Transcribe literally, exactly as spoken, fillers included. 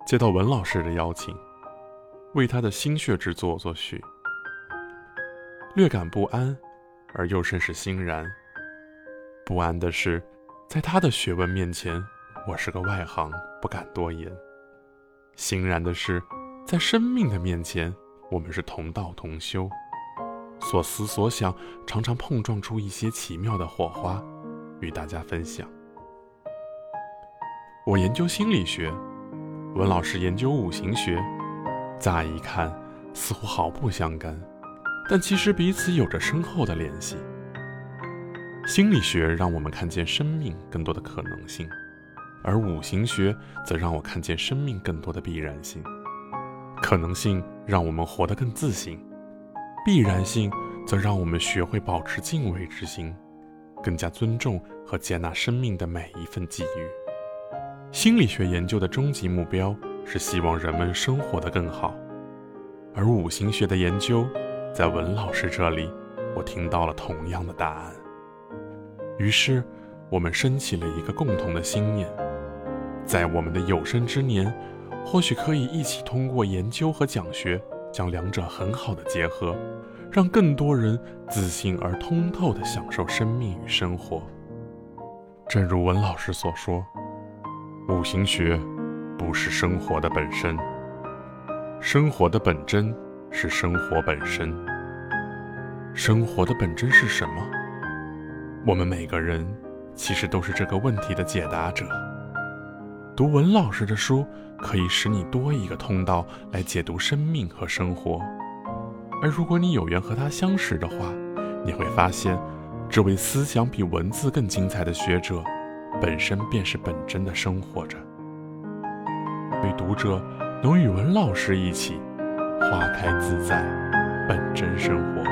接到文老师的邀请，为他的心血之作作序，略感不安，而又甚是欣然。不安的是，在他的学问面前，我是个外行，不敢多言；欣然的是，在生命的面前，我们是同道同修，所思所想常常碰撞出一些奇妙的火花，与大家分享。我研究心理学，文老师研究五行学，乍一看似乎毫不相干，但其实彼此有着深厚的联系。心理学让我们看见生命更多的可能性，而五行学则让我看见生命更多的必然性。可能性让我们活得更自信，必然性则让我们学会保持敬畏之心，更加尊重和接纳生命的每一份际遇。心理学研究的终极目标是希望人们生活得更好，而五行学的研究，在文老师这里，我听到了同样的答案。于是，我们升起了一个共同的心念，在我们的有生之年，或许可以一起通过研究和讲学，将两者很好的结合，让更多人自信而通透地享受生命与生活。正如文老师所说，五行学不是生活的本身，生活的本真是生活本身。生活的本真是什么？我们每个人其实都是这个问题的解答者。读文老师的书，可以使你多一个通道来解读生命和生活。而如果你有缘和他相识的话，你会发现，这位思想比文字更精彩的学者，本身便是本真的生活着。为读者能与文老师一起花开自在，本真生活。